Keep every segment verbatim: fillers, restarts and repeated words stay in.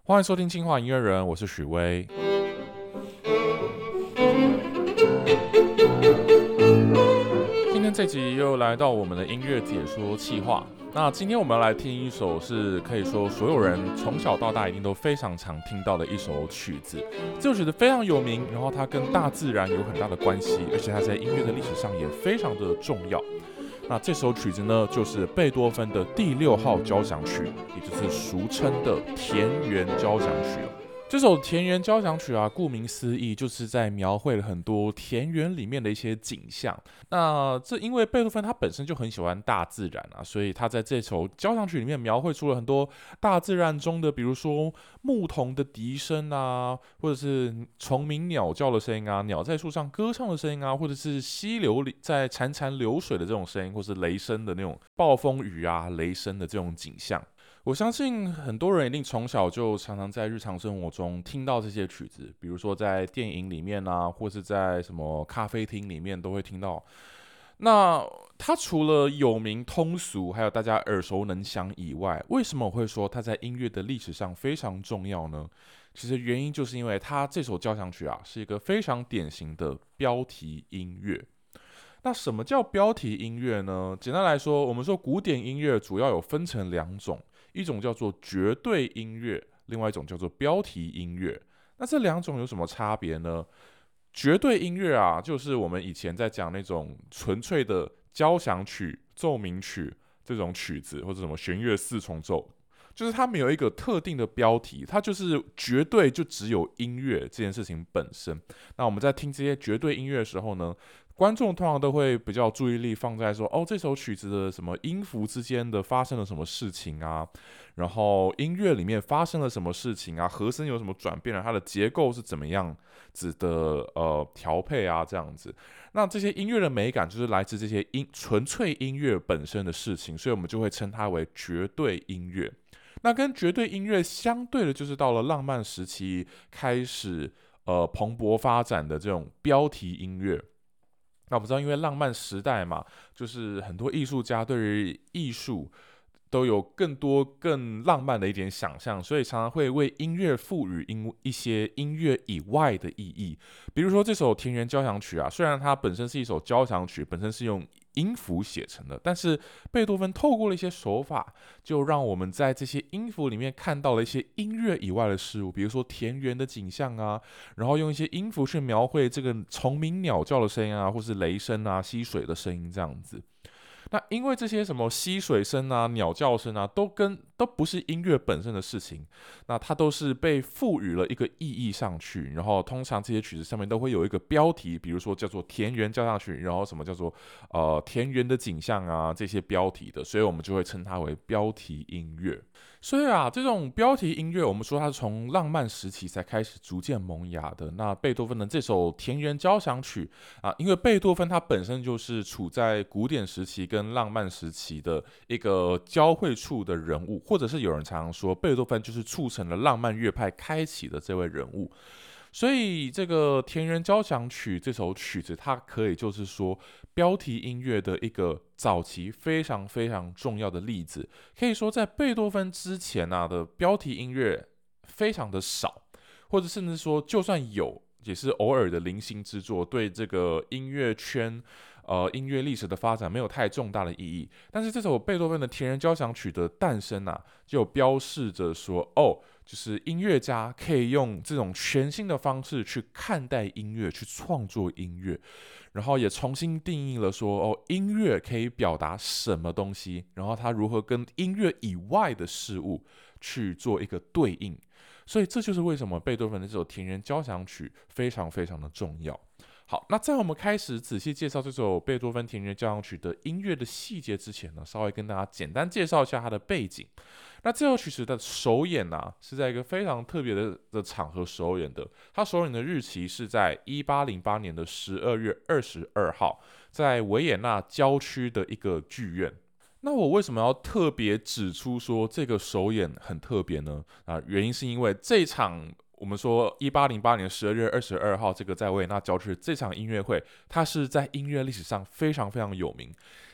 欢迎收听清华音乐人，我是许巍。今天这集又来到我们的音乐解说企划。那今天我们要来听一首是可以说所有人从小到大一定都非常常听到的一首曲子。这首曲子非常有名，然后它跟大自然有很大的关系，而且它在音乐的历史上也非常的重要。那这首曲子呢，就是贝多芬的第六号交响曲，也就是俗称的田园交响曲。这首田园交响曲啊，顾名思义，就是在描绘了很多田园里面的一些景象。那这因为贝多芬他本身就很喜欢大自然啊，所以他在这首交响曲里面描绘出了很多大自然中的，比如说牧童的笛声啊，或者是虫鸣鸟叫的声音啊，鸟在树上歌唱的声音啊，或者是溪流里在潺潺流水的这种声音，或是雷声的那种暴风雨啊、雷声的这种景象。我相信很多人一定从小就常常在日常生活中听到这些曲子，比如说在电影里面啊，或是在什么咖啡厅里面都会听到。那它除了有名通俗，还有大家耳熟能详以外，为什么我会说它在音乐的历史上非常重要呢？其实原因就是因为它这首交响曲啊，是一个非常典型的标题音乐。那什么叫标题音乐呢？简单来说，我们说古典音乐主要有分成两种，一种叫做绝对音乐，另外一种叫做标题音乐。那这两种有什么差别呢？绝对音乐啊，就是我们以前在讲那种纯粹的交响曲、奏鸣曲这种曲子，或者什么弦乐四重奏，就是它没有一个特定的标题，它就是绝对就只有音乐这件事情本身。那我们在听这些绝对音乐的时候呢，观众通常都会比较注意力放在说，哦，这首曲子的什么音符之间的发生了什么事情啊，然后音乐里面发生了什么事情啊，和声有什么转变啊，它的结构是怎么样子的呃调配啊，这样子。那这些音乐的美感就是来自这些音纯粹音乐本身的事情，所以我们就会称它为绝对音乐。那跟绝对音乐相对的，就是到了浪漫时期开始呃蓬勃发展的这种标题音乐。那我们知道，因为浪漫时代嘛，就是很多艺术家对于艺术都有更多更浪漫的一点想象，所以常常会为音乐赋予一些音乐以外的意义。比如说这首田园交响曲啊，虽然它本身是一首交响曲，本身是用音符写成的，但是贝多芬透过了一些手法，就让我们在这些音符里面看到了一些音乐以外的事物，比如说田园的景象啊，然后用一些音符去描绘这个虫鸣鸟叫的声音啊，或是雷声啊、溪水的声音这样子。那因为这些什么溪水声啊、鸟叫声啊，都跟都不是音乐本身的事情，那它都是被赋予了一个意义上去。然后通常这些曲子上面都会有一个标题，比如说叫做田园交响曲，然后什么叫做呃田园的景象啊这些标题的，所以我们就会称它为标题音乐。所以啊，这种标题音乐，我们说它是从浪漫时期才开始逐渐萌芽的。那贝多芬的这首田园交响曲啊，因为贝多芬他本身就是处在古典时期跟浪漫时期的一个交汇处的人物，或者是有人常常说贝多芬就是促成了浪漫乐派开启的这位人物。所以这个田园交响曲这首曲子，它可以就是说标题音乐的一个早期非常非常重要的例子。可以说在贝多芬之前啊的标题音乐非常的少，或者甚至说就算有，也是偶尔的零星之作，对这个音乐圈呃音乐历史的发展没有太重大的意义。但是这首贝多芬的田园交响曲的诞生啊，就标示着说，哦，就是音乐家可以用这种全新的方式去看待音乐，去创作音乐，然后也重新定义了说，哦，音乐可以表达什么东西，然后它如何跟音乐以外的事物去做一个对应。所以这就是为什么贝多芬的这首田园交响曲非常非常的重要。好，那在我们开始仔细介绍这首贝多芬田园交响曲的音乐的细节之前呢，稍微跟大家简单介绍一下它的背景。那这首曲子的首演呢、啊，是在一个非常特别 的, 的场合首演的。它首演的日期是在一八零八年的十二月二十二号，在维也纳郊区的一个剧院。那我为什么要特别指出说这个首演很特别呢？啊，原因是因为这场我们说一八零八年十二月二十二号这个在维也纳郊区这场音乐会，它是在音乐历史上非常非常有名。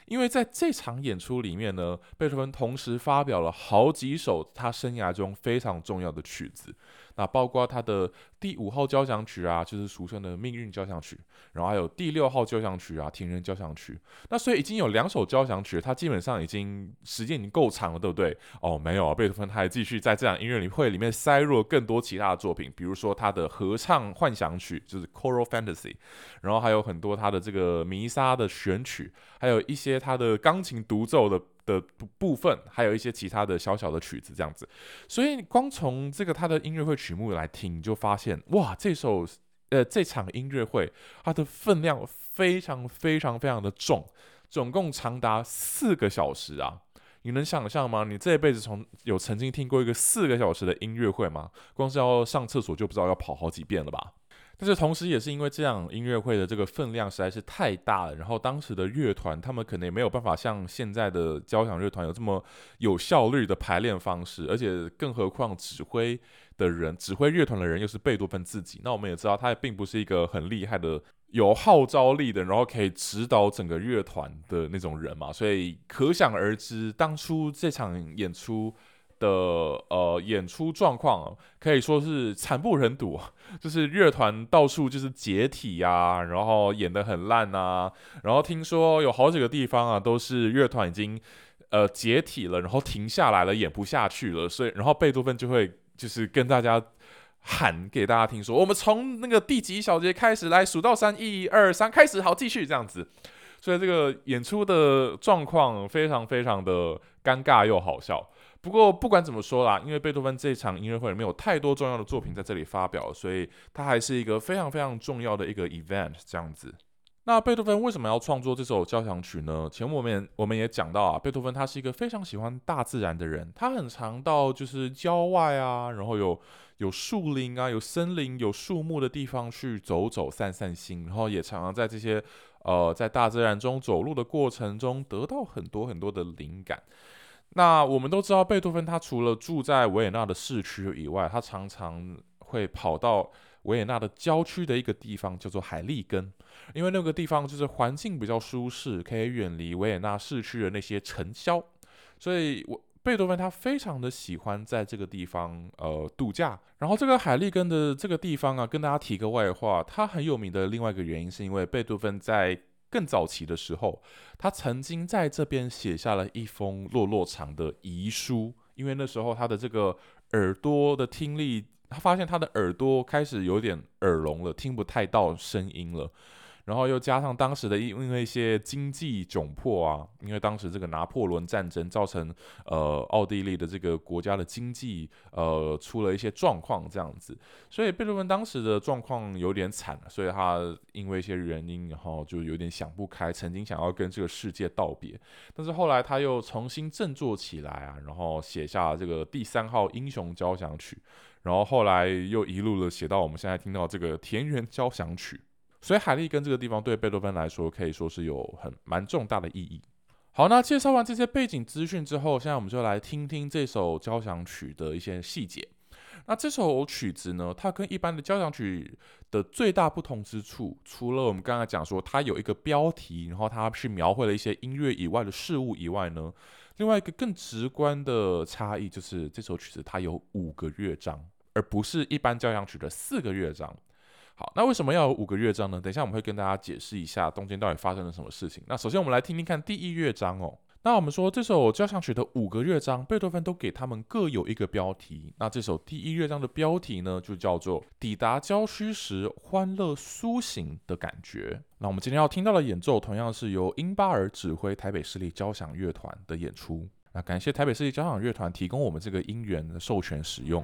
因为在这场演出里面呢，贝多芬同时发表了好几首他生涯中非常重要的曲子，那包括他的第五号交响曲啊，就是俗称的命运交响曲，然后还有第六号交响曲啊，情人交响曲。那所以已经有两首交响曲，他基本上已经时间已经够长了，对不对？哦，没有啊，贝多芬他还继续在这场音乐会里面塞入了更多其他的作品，比如说他的合唱幻想曲，就是 Choral Fantasy， 然后还有很多他的这个弥撒的选曲，还有一些他的钢琴独奏的。的部分，还有一些其他的小小的曲子，这样子，所以光从这个他的音乐会曲目来听，你就发现，哇，这首呃这场音乐会它的分量非常非常非常的重，总共长达四个小时啊！你能想象吗？你这一辈子从有曾经听过一个四个小时的音乐会吗？光是要上厕所就不知道要跑好几遍了吧？但是同时也是因为这样音乐会的这个分量实在是太大了，然后当时的乐团他们可能也没有办法像现在的交响乐团有这么有效率的排练方式，而且更何况指挥的人指挥乐团的人又是贝多芬自己，那我们也知道他也并不是一个很厉害的有号召力的，然后可以指导整个乐团的那种人嘛，所以可想而知当初这场演出的呃演出状况可以说是惨不忍睹，就是乐团到处就是解体啊，然后演得很烂啊，然后听说有好几个地方啊都是乐团已经呃解体了，然后停下来了，演不下去了，所以然后贝多芬就会就是跟大家喊给大家听说，我们从那个第几小节开始来数到三，一二三，开始，好，继续这样子。所以这个演出的状况非常非常的尴尬又好笑。不过不管怎么说啦，因为贝多芬这场音乐会里面有太多重要的作品在这里发表，所以它还是一个非常非常重要的一个 event 这样子。那贝多芬为什么要创作这首交响曲呢？前面我们我们也讲到啊，贝多芬他是一个非常喜欢大自然的人，他很常到就是郊外啊，然后有有树林啊、有森林、有树木的地方去走走、散散心，然后也常常在这些呃在大自然中走路的过程中得到很多很多的灵感。那我们都知道，贝多芬他除了住在维也纳的市区以外，他常常会跑到维也纳的郊区的一个地方，叫做海利根，因为那个地方就是环境比较舒适，可以远离维也纳市区的那些尘嚣，所以我贝多芬他非常的喜欢在这个地方呃度假。然后这个海利根的这个地方啊，跟大家提个外话，它很有名的另外一个原因是因为贝多芬在更早期的时候，他曾经在这边写下了一封落落长的遗书，因为那时候他的这个耳朵的听力，他发现他的耳朵开始有点耳聋了，听不太到声音了。然后又加上当时的因为一些经济窘迫啊，因为当时这个拿破仑战争造成呃奥地利的这个国家的经济呃出了一些状况这样子，所以贝多芬当时的状况有点惨，所以他因为一些原因，然后就有点想不开，曾经想要跟这个世界道别，但是后来他又重新振作起来啊，然后写下这个第三号英雄交响曲，然后后来又一路的写到我们现在听到这个田园交响曲。所以海利根这个地方对贝多芬来说可以说是有很蛮重大的意义。好，那介绍完这些背景资讯之后，现在我们就来听听这首交响曲的一些细节。那这首曲子呢，它跟一般的交响曲的最大不同之处，除了我们刚才讲说它有一个标题，然后它是描绘了一些音乐以外的事物以外呢，另外一个更直观的差异就是这首曲子它有五个乐章，而不是一般交响曲的四个乐章。好，那为什么要有五个乐章呢？等一下我们会跟大家解释一下中间到底发生了什么事情。那首先我们来听听看第一乐章哦。那我们说这首交响曲的五个乐章，贝多芬都给他们各有一个标题。那这首第一乐章的标题呢，就叫做抵达郊区时欢乐苏醒的感觉。那我们今天要听到的演奏同样是由英巴尔指挥台北市立交响乐团的演出。那感谢台北市立交响乐团提供我们这个音源的授权使用。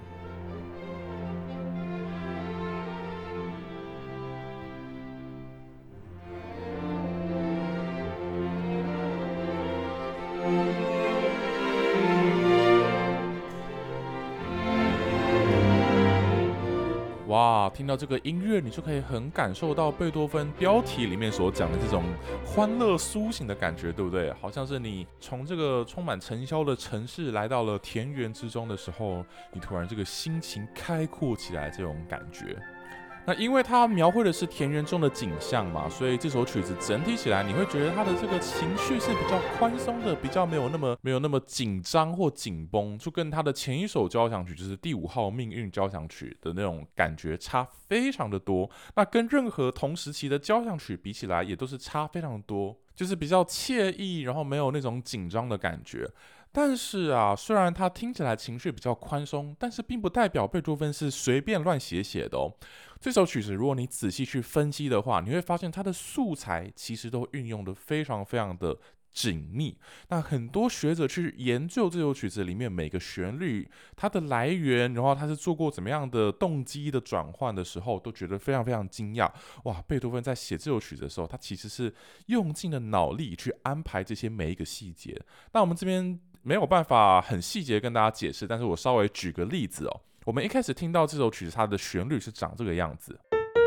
哇，听到这个音乐，你就可以很感受到贝多芬标题里面所讲的这种欢乐苏醒的感觉，对不对？好像是你从这个充满尘嚣的城市来到了田园之中的时候，你突然这个心情开阔起来这种感觉。 那因为它描绘的是田园中的景象嘛，所以这首曲子整体起来，你会觉得它的这个情绪是比较宽松的，比较没有那么没有那么紧张或紧绷，就跟它的前一首交响曲，就是第五号命运交响曲的那种感觉差非常的多。那跟任何同时期的交响曲比起来，也都是差非常多，就是比较惬意，然后没有那种紧张的感觉。但是啊，虽然它听起来情绪比较宽松，但是并不代表贝多芬是随便乱写写的哦。这首曲子，如果你仔细去分析的话，你会发现它的素材其实都运用的非常非常的紧密。那很多学者去研究这首曲子里面每个旋律它的来源，然后它是做过怎么样的动机的转换的时候，都觉得非常非常惊讶。哇，贝多芬在写这首曲子的时候，他其实是用尽了脑力去安排这些每一个细节。那我们这边没有办法很细节跟大家解释，但是我稍微举个例子哦。我们一开始听到这首曲子，它的旋律是长这个样子。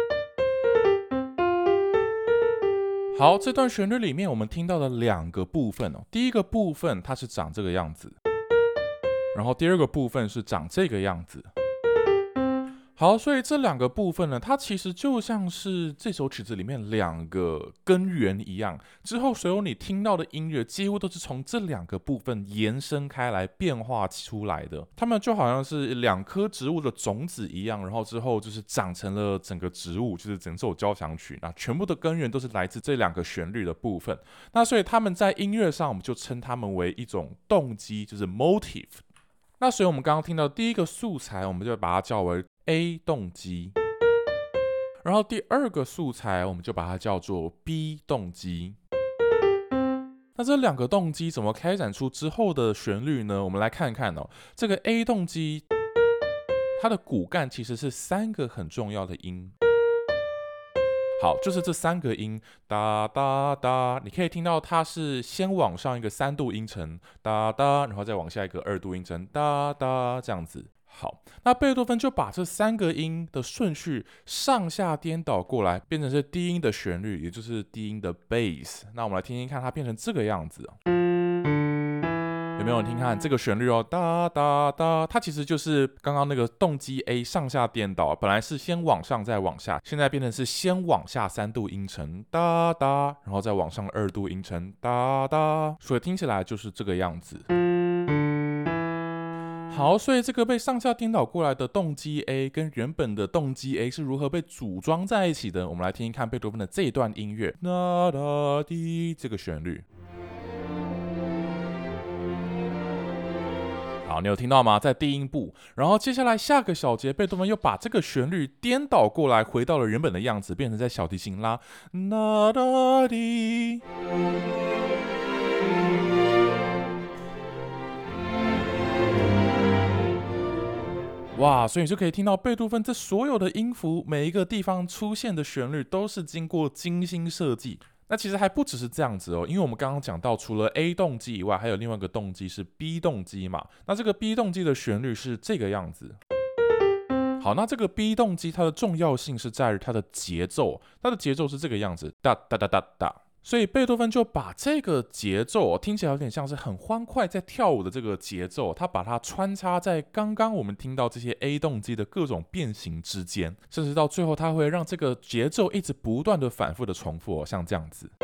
好，这段旋律里面我们听到了两个部分哦。第一个部分它是长这个样子，然后第二个部分是长这个样子。好，所以这两个部分呢，它其实就像是这首曲子里面两个根源一样。之后所有你听到的音乐，几乎都是从这两个部分延伸开来变化出来的。它们就好像是两颗植物的种子一样，然后之后就是长成了整个植物，就是整首交响曲。那全部的根源都是来自这两个旋律的部分。那所以他们在音乐上，我们就称它们为一种动机，就是 motive。那所以我们刚刚听到第一个素材，我们就把它叫为A 动机，然后第二个素材我们就把它叫做 B 动机。那这两个动机怎么开展出之后的旋律呢？我们来看看哦。这个 A 动机，它的骨干其实是三个很重要的音。好，就是这三个音，哒哒哒，你可以听到它是先往上一个三度音程，哒哒，然后再往下一个二度音程，哒哒，这样子。好，那贝多芬就把这三个音的顺序上下颠倒过来，变成是低音的旋律，也就是低音的 bass。那我们来听听看，它变成这个样子。有没有人听看这个旋律哦？哒哒哒，它其实就是刚刚那个动机 A 上下颠倒，本来是先往上再往下，现在变成是先往下三度音程，哒哒，然后再往上二度音程，哒哒，所以听起来就是这个样子。好，所以这个被上下颠倒过来的动机 A 跟原本的动机 A 是如何被组装在一起的？我们来听听看贝多芬的这一段音乐，哒哒滴这个旋律。好，你有听到吗？在低音部，然后接下来下个小节，贝多芬又把这个旋律颠倒过来，回到了原本的样子，变成在小提琴拉哒哒滴。哇，所以你就可以听到贝多芬这所有的音符，每一个地方出现的旋律都是经过精心设计。那其实还不只是这样子哦，因为我们刚刚讲到，除了 A 动机以外，还有另外一个动机是 B 动机嘛。那这个 B 动机的旋律是这个样子。好，那这个 B 动机它的重要性是在于它的节奏，它的节奏是这个样子，哒哒哒哒哒。所以贝多芬就把这个节奏、哦、听起来有点像是很欢快在跳舞的这个节奏，他把它穿插在刚刚我们听到这些 A 动机的各种变形之间，甚至到最后他会让这个节奏一直不断的反复的重复、哦、像这样子。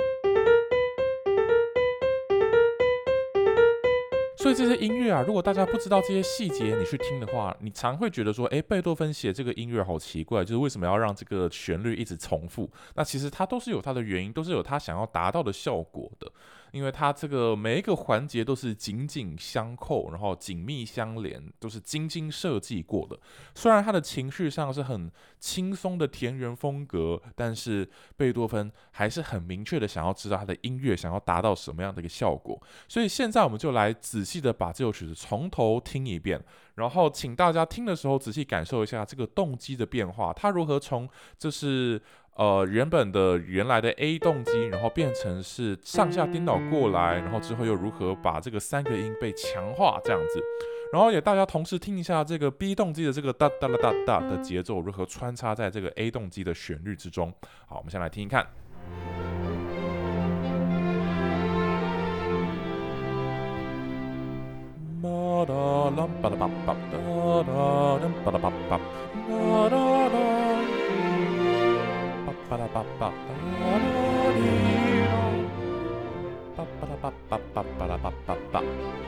所以这些音乐啊，如果大家不知道这些细节，你去听的话，你常会觉得说，哎，贝多芬写这个音乐好奇怪，就是为什么要让这个旋律一直重复？那其实它都是有它的原因，都是有它想要达到的效果的。因为它这个每一个环节都是紧紧相扣，然后紧密相连，都是精心设计过的。虽然它的情绪上是很轻松的田园风格，但是贝多芬还是很明确的想要知道他的音乐想要达到什么样的一个效果。所以现在我们就来仔细的把这首曲子从头听一遍，然后请大家听的时候仔细感受一下这个动机的变化，它如何从就是呃原本的原来的 A 动机，然后变成是上下颠倒过来，然后之后又如何把这个三个音被强化这样子，然后也大家同时听一下这个 B 动机的这个哒哒啦哒哒的节奏如何穿插在这个 A 动机的旋律之中。好，我们先来听一看。 巴巴啦哩啦，巴巴啦巴巴巴巴啦巴巴巴。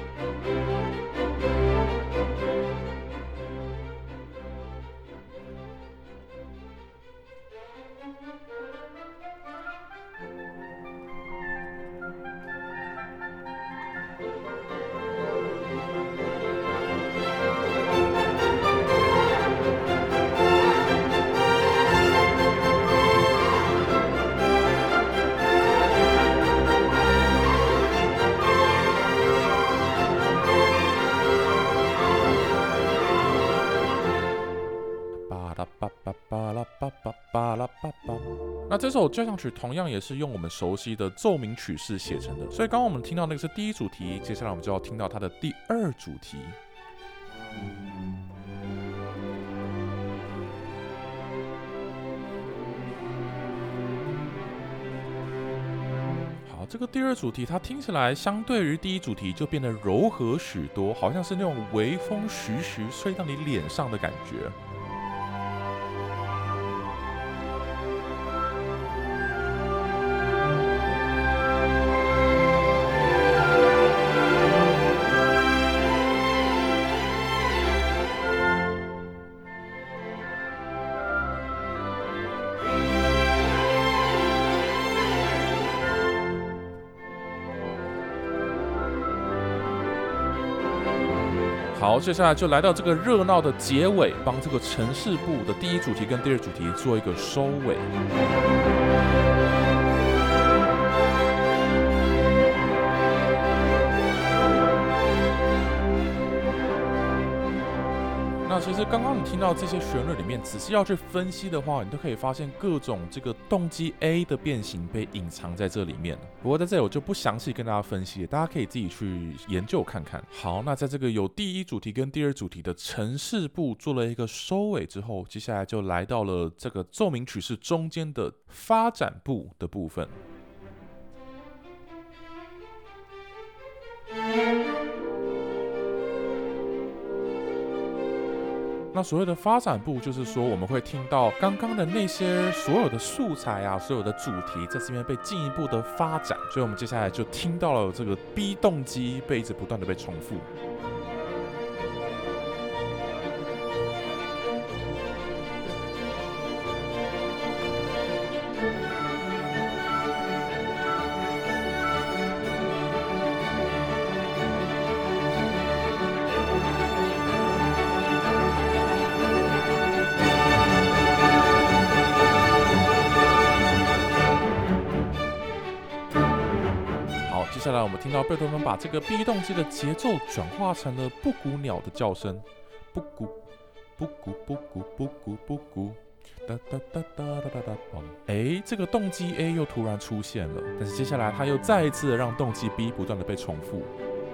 那这首交响曲同样也是用我们熟悉的奏鸣曲式写成的，所以刚刚我们听到那个是第一主题，接下来我们就要听到它的第二主题。好，这个第二主题它听起来相对于第一主题就变得柔和许多，好像是那种微风徐徐吹到你脸上的感觉。好，接下来就来到这个热闹的结尾，帮这个城市部的第一主题跟第二主题做一个收尾。那其实刚刚你听到这些旋律里面，仔细要去分析的话，你都可以发现各种这个动机 A 的变形被隐藏在这里面。不过在这里我就不详细跟大家分析，大家可以自己去研究看看。好，那在这个有第一主题跟第二主题的城市部做了一个收尾之后，接下来就来到了这个奏鸣曲式中间的发展部的部分。那所谓的发展部，就是说我们会听到刚刚的那些所有的素材啊，所有的主题在这边被进一步的发展，所以我们接下来就听到了这个 B 动机被一直不断的被重复。接下来我们听到贝多芬把这个 B 动机的节奏转化成了布谷鸟的叫声，布谷布谷布谷布谷布谷，哒哒哒哒哒哒哒嘣！哎，这个动机 A 又突然出现了，但是接下来它又再一次的让动机 B 不断的被重复。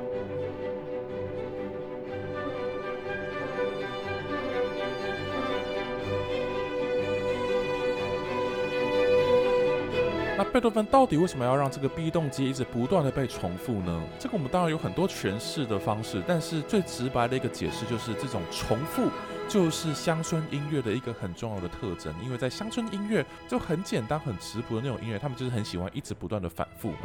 那贝多芬到底为什么要让这个 B 动机一直不断的被重复呢？这个我们当然有很多诠释的方式，但是最直白的一个解释就是这种重复就是乡村音乐的一个很重要的特征，因为在乡村音乐就很简单很质朴的那种音乐，他们就是很喜欢一直不断的反复嘛。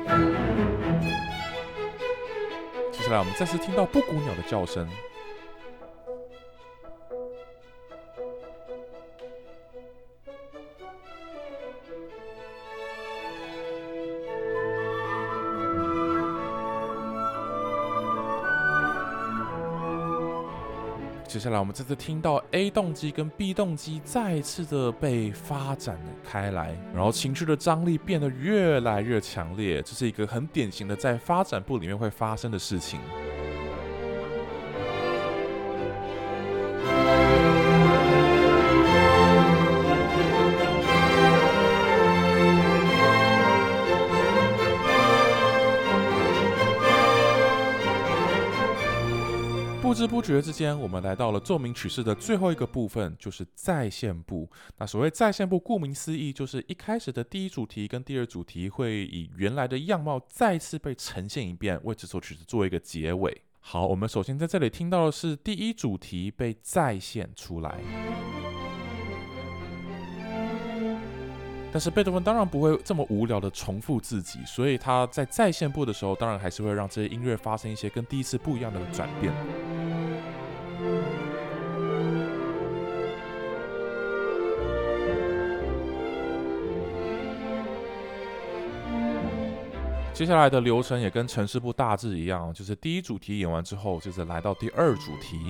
接下来我们再次听到布谷鸟的叫声。接下来我们这次听到 A 动机跟 B 动机再一次的被发展开来，然后情绪的张力变得越来越强烈，这是一个很典型的在发展部里面会发生的事情。不知不觉之间，我们来到了奏鸣曲式的最后一个部分，就是再现部。那所谓再现部，顾名思义，就是一开始的第一主题跟第二主题会以原来的样貌再次被呈现一遍，为这首曲子做一个结尾。好，我们首先在这里听到的是第一主题被再现出来。 但是贝多芬当然不会这么无聊的重复自己，所以他在再现部的时候，当然还是会让这些音乐发生一些跟第一次不一样的转变。接下来的流程也跟城市部大致一样，就是第一主题演完之后，就是来到第二主题。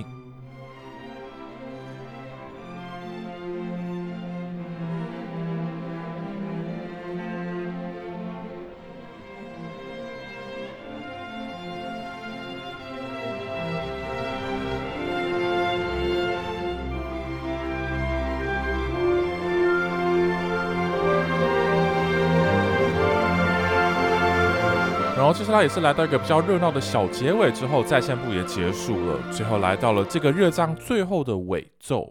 然后接下来也是来到一个比较热闹的小结尾之后，再现部也结束了，最后来到了这个乐章最后的尾奏。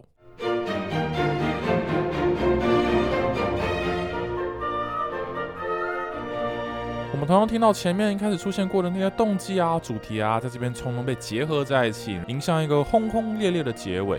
我们同样听到前面一开始出现过的那些动机啊、主题啊，在这边从容被结合在一起，迎向一个轰轰烈烈的结尾。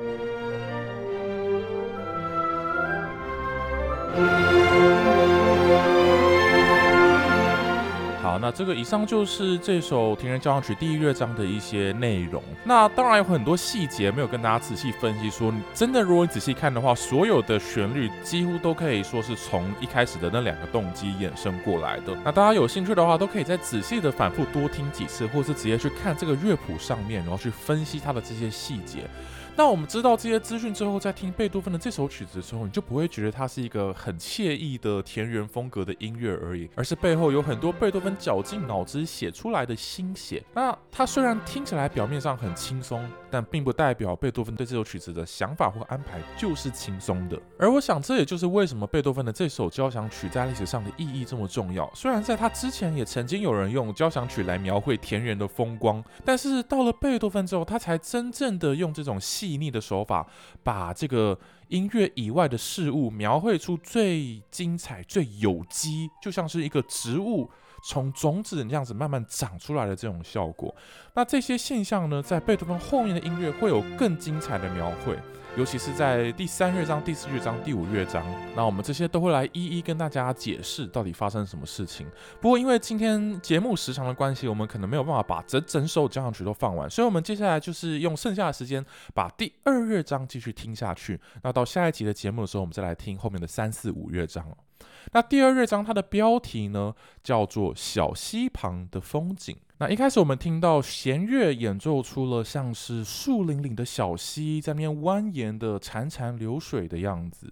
好，那这个以上就是这首《田园交响曲》第一乐章的一些内容。那当然有很多细节没有跟大家仔细分析说，你真的如果你仔细看的话，所有的旋律几乎都可以说是从一开始的那两个动机衍生过来的。那大家有兴趣的话，都可以再仔细的反复多听几次，或是直接去看这个乐谱上面，然后去分析它的这些细节。那我们知道这些资讯之后，在听贝多芬的这首曲子的时候，你就不会觉得它是一个很惬意的田园风格的音乐而已，而是背后有很多贝多芬绞尽脑汁写出来的心血。那它虽然听起来表面上很轻松，但并不代表贝多芬对这首曲子的想法或安排就是轻松的。而我想这也就是为什么贝多芬的这首交响曲在历史上的意义这么重要。虽然在他之前也曾经有人用交响曲来描绘田园的风光，但是到了贝多芬之后，他才真正的用这种细细腻的手法，把这个音乐以外的事物描绘出最精彩、最有机，就像是一个植物从种子那样子慢慢长出来的这种效果。那这些现象呢，在贝多芬后面的音乐会有更精彩的描绘，尤其是在第三乐章、第四乐章、第五乐章。那我们这些都会来一一跟大家解释到底发生什么事情。不过因为今天节目时长的关系，我们可能没有办法把整整首交响曲都放完，所以我们接下来就是用剩下的时间把第二乐章继续听下去。那到下一集的节目的时候，我们再来听后面的三四五乐章。那第二乐章它的标题呢叫做小溪旁的风景。那一开始我们听到弦乐演奏出了像是树林里的小溪在那边蜿蜒的潺潺流水的样子。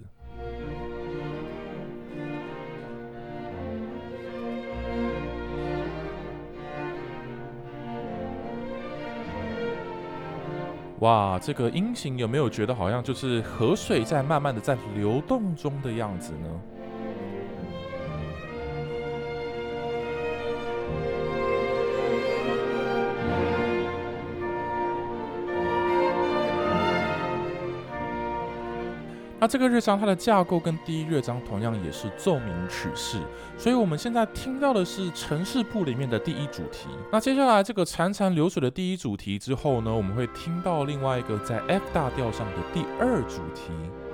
哇，这个音型有没有觉得好像就是河水在慢慢的在流动中的样子呢？那这个乐章它的架构跟第一乐章同样也是奏鸣曲式，所以我们现在听到的是城市部里面的第一主题。那接下来这个潺潺流水的第一主题之后呢，我们会听到另外一个在 F 大调上的第二主题。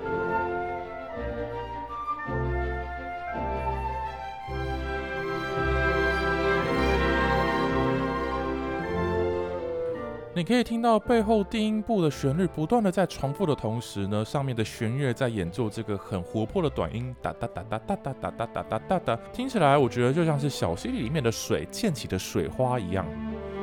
你可以听到背后低音部的旋律不断的在重复的同时呢，上面的弦乐在演奏这个很活泼的短音哒哒哒哒哒哒哒哒哒哒哒哒，听起来我觉得就像是小溪里面的水溅起的水花一样。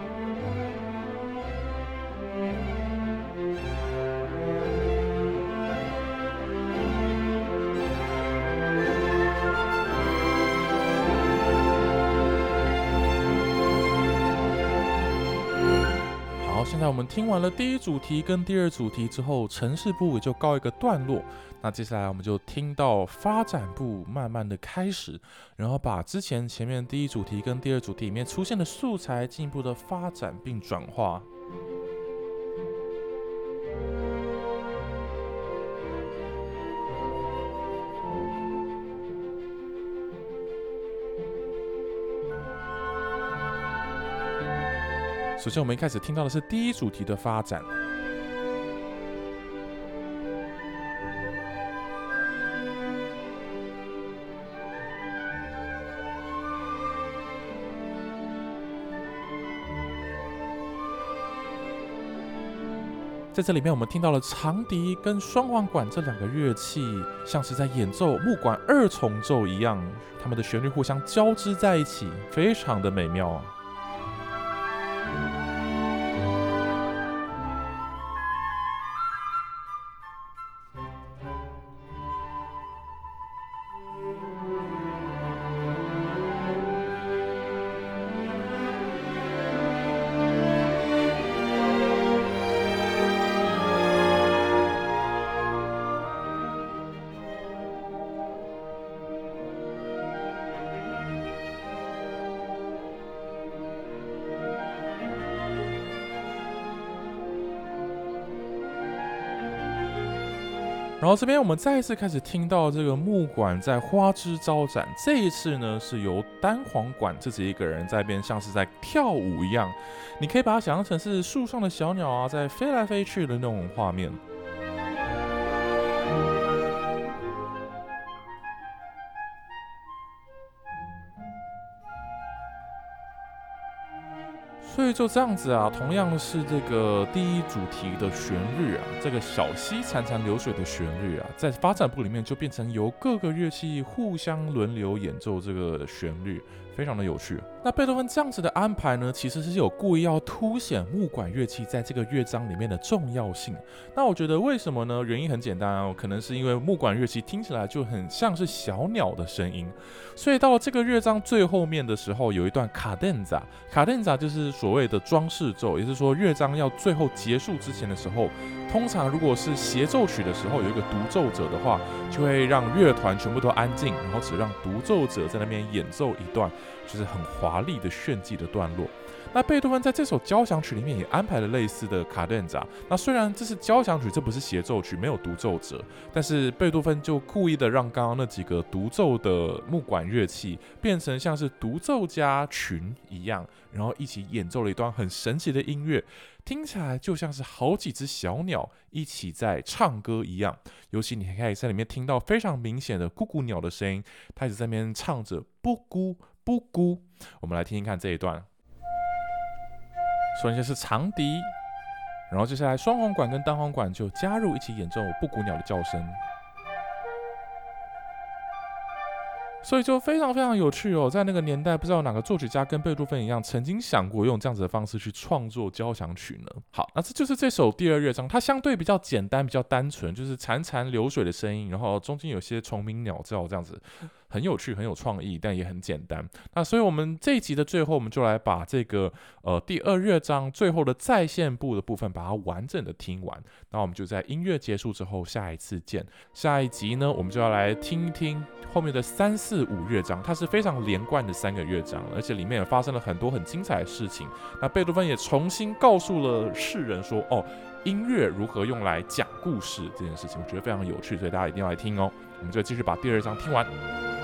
现在我们听完了第一主题跟第二主题之后，城市部也就告一个段落。那接下来我们就听到发展部慢慢的开始，然后把之前前面第一主题跟第二主题里面出现的素材进一步的发展并转化。首先我们一开始听到的是第一主题的发展。 在这里面我们听到了长笛跟双簧管这两个乐器，像是在演奏木管二重奏一样，它们的旋律互相交织在一起，非常的美妙。然后这边我们再一次开始听到这个木管在花枝招展，这一次呢是由单簧管自己一个人在边像是在跳舞一样，你可以把它想象成是树上的小鸟啊在飞来飞去的那种画面。所以就这样子啊，同样是这个第一主题的旋律啊，这个小溪潺潺流水的旋律啊，在发展部里面就变成由各个乐器互相轮流演奏这个旋律，非常的有趣。那贝多芬这样子的安排呢，其实是有故意要凸显木管乐器在这个乐章里面的重要性。那我觉得为什么呢？原因很简单啊，可能是因为木管乐器听起来就很像是小鸟的声音，所以到了这个乐章最后面的时候，有一段卡顿扎，卡顿扎就是所谓的装饰奏，也就是说乐章要最后结束之前的时候，通常如果是协奏曲的时候有一个独奏者的话，就会让乐团全部都安静，然后只让独奏者在那边演奏一段就是很华丽的炫技的段落。那贝多芬在这首交响曲里面也安排了类似的卡顿扎。那虽然这是交响曲，这不是协奏曲，没有独奏者，但是贝多芬就故意的让刚刚那几个独奏的木管乐器变成像是独奏家群一样，然后一起演奏了一段很神奇的音乐，听起来就像是好几只小鸟一起在唱歌一样。尤其你还可以在里面听到非常明显的咕咕鸟的声音，它一直在那边唱着布咕布咕。我们来听听看这一段。首先是长笛，然后接下来双簧管跟单簧管就加入一起演奏布谷鸟的叫声，所以就非常非常有趣哦。在那个年代，不知道哪个作曲家跟贝多芬一样，曾经想过用这样子的方式去创作交响曲呢？好，那这就是这首第二乐章，它相对比较简单，比较单纯，就是潺潺流水的声音，然后中间有些虫鸣鸟叫，这样子很有趣，很有创意，但也很简单。那所以我们这一集的最后，我们就来把这个呃第二乐章最后的再现部的部分，把它完整的听完。那我们就在音乐结束之后，下一次见。下一集呢，我们就要来听一听后面的三四五乐章，它是非常连贯的三个乐章，而且里面也发生了很多很精彩的事情。那贝多芬也重新告诉了世人说，哦，音乐如何用来讲故事这件事情，我觉得非常有趣，所以大家一定要来听哦。我们就继续把第二章听完。